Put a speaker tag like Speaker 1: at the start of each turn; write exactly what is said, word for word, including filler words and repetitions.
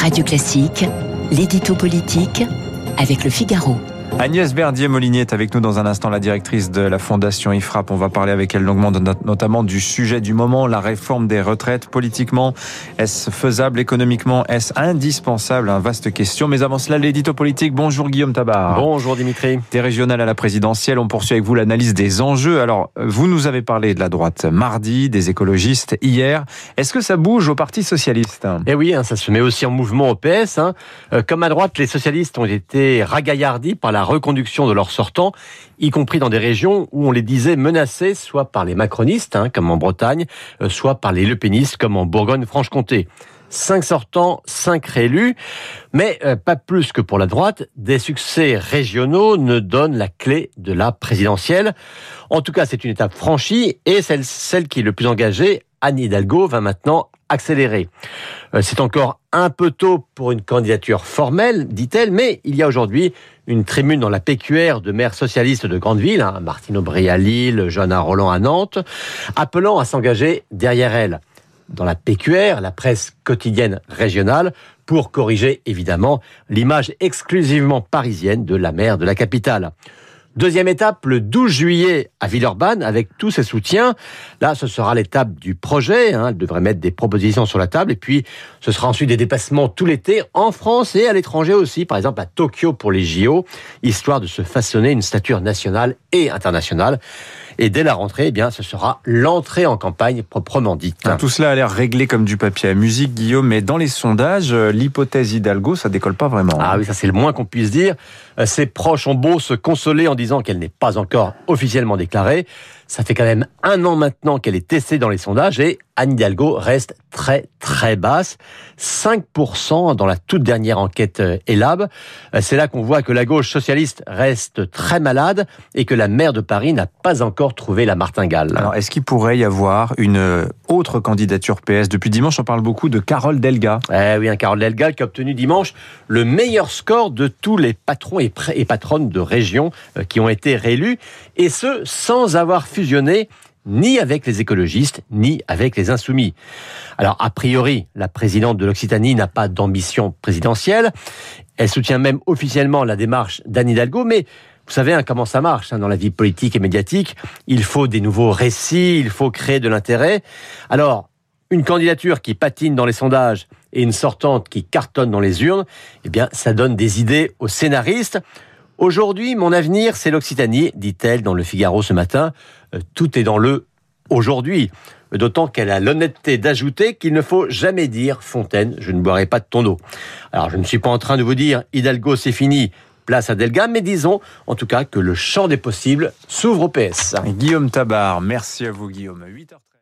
Speaker 1: Radio Classique, l'édito politique avec Le Figaro.
Speaker 2: Agnès Verdier-Molinier est avec nous dans un instant, la directrice de la Fondation IFRAP. On va parler avec elle longuement notamment du sujet du moment, la réforme des retraites. Politiquement, est-ce faisable? Économiquement, est-ce indispensable? Un vaste question. Mais avant cela, l'édito politique. Bonjour Guillaume Tabar.
Speaker 3: Bonjour Dimitri.
Speaker 2: Des régionales à la présidentielle. On poursuit avec vous l'analyse des enjeux. Alors, vous nous avez parlé de la droite mardi, des écologistes hier. Est-ce que ça bouge au Parti socialiste?
Speaker 3: Eh oui, hein, ça se met aussi en mouvement au P S. Hein. Euh, comme à droite, les socialistes ont été ragaillardis par la reconduction de leurs sortants, y compris dans des régions où on les disait menacés, soit par les macronistes, hein, comme en Bretagne, euh, soit par les lepénistes, comme en Bourgogne-Franche-Comté. Cinq sortants, cinq réélus, mais euh, pas plus que pour la droite, des succès régionaux ne donnent la clé de la présidentielle. En tout cas, c'est une étape franchie, et celle, celle qui est le plus engagée, Anne Hidalgo, va maintenant accélérer. Euh, c'est encore un peu tôt pour une candidature formelle, dit-elle, mais il y a aujourd'hui une tribune dans la P Q R de maires socialistes de grandes villes, hein, Martine Aubry à Lille, Johanna Rolland à Nantes, appelant à s'engager derrière elle dans la P Q R, la presse quotidienne régionale, pour corriger évidemment l'image exclusivement parisienne de la maire de la capitale. Deuxième étape, le douze juillet à Villeurbanne, avec tous ses soutiens. Là, ce sera l'étape du projet. Hein. Elle devrait mettre des propositions sur la table. Et puis, ce sera ensuite des déplacements tout l'été, en France et à l'étranger aussi. Par exemple, à Tokyo pour les J O, histoire de se façonner une stature nationale et internationale. Et dès la rentrée, eh bien, ce sera l'entrée en campagne proprement dite.
Speaker 2: Ah, tout cela a l'air réglé comme du papier à musique, Guillaume, mais dans les sondages, l'hypothèse Hidalgo, ça décolle pas vraiment.
Speaker 3: Ah oui, ça c'est le moins qu'on puisse dire. Ses proches ont beau se consoler en disant qu'elle n'est pas encore officiellement déclarée. Ça fait quand même un an maintenant qu'elle est testée dans les sondages et Anne Hidalgo reste très très basse. cinq pour cent dans la toute dernière enquête Elab. C'est là qu'on voit que la gauche socialiste reste très malade et que la maire de Paris n'a pas encore trouvé la martingale.
Speaker 2: Alors, est-ce qu'il pourrait y avoir une autre candidature P S? Depuis dimanche, on parle beaucoup de Carole Delga.
Speaker 3: Eh oui, un Carole Delga qui a obtenu dimanche le meilleur score de tous les patrons et, pr- et patronnes de régions qui ont été réélus, et ce, sans avoir fusionné ni avec les écologistes, ni avec les insoumis. Alors, a priori, la présidente de l'Occitanie n'a pas d'ambition présidentielle. Elle soutient même officiellement la démarche d'Anne Hidalgo, mais vous savez hein, comment ça marche hein, dans la vie politique et médiatique. Il faut des nouveaux récits, il faut créer de l'intérêt. Alors, une candidature qui patine dans les sondages et une sortante qui cartonne dans les urnes, eh bien, ça donne des idées aux scénaristes. Aujourd'hui, mon avenir, c'est l'Occitanie, dit-elle dans Le Figaro ce matin. Euh, tout est dans le aujourd'hui. D'autant qu'elle a l'honnêteté d'ajouter qu'il ne faut jamais dire « Fontaine, je ne boirai pas de ton eau ». Alors, je ne suis pas en train de vous dire « Hidalgo, c'est fini ». Place à Delga, mais disons en tout cas que le champ des possibles s'ouvre au P S.
Speaker 2: Guillaume Tabar, merci à vous Guillaume. huit heures treize